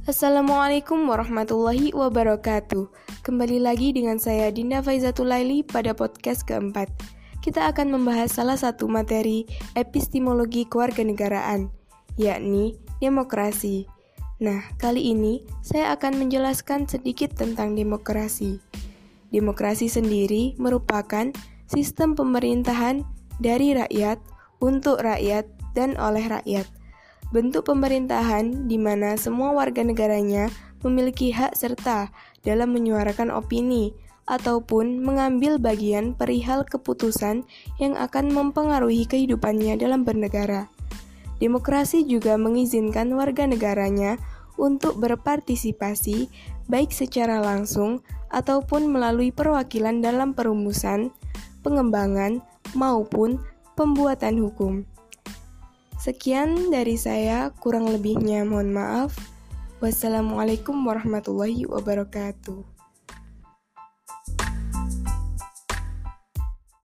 Assalamualaikum warahmatullahi wabarakatuh. Kembali lagi dengan saya Dinda Faizatul Laili pada podcast keempat. Kita akan membahas salah satu materi epistemologi kewarganegaraan, yakni demokrasi. Nah, kali ini saya akan menjelaskan sedikit tentang demokrasi. Demokrasi sendiri merupakan sistem pemerintahan dari rakyat, untuk rakyat, dan oleh rakyat. Bentuk pemerintahan di mana semua warga negaranya memiliki hak serta dalam menyuarakan opini ataupun mengambil bagian perihal keputusan yang akan mempengaruhi kehidupannya dalam bernegara. Demokrasi juga mengizinkan warga negaranya untuk berpartisipasi baik secara langsung ataupun melalui perwakilan dalam perumusan, pengembangan, maupun pembuatan hukum. Sekian dari saya, kurang lebihnya mohon maaf. Wassalamualaikum warahmatullahi wabarakatuh.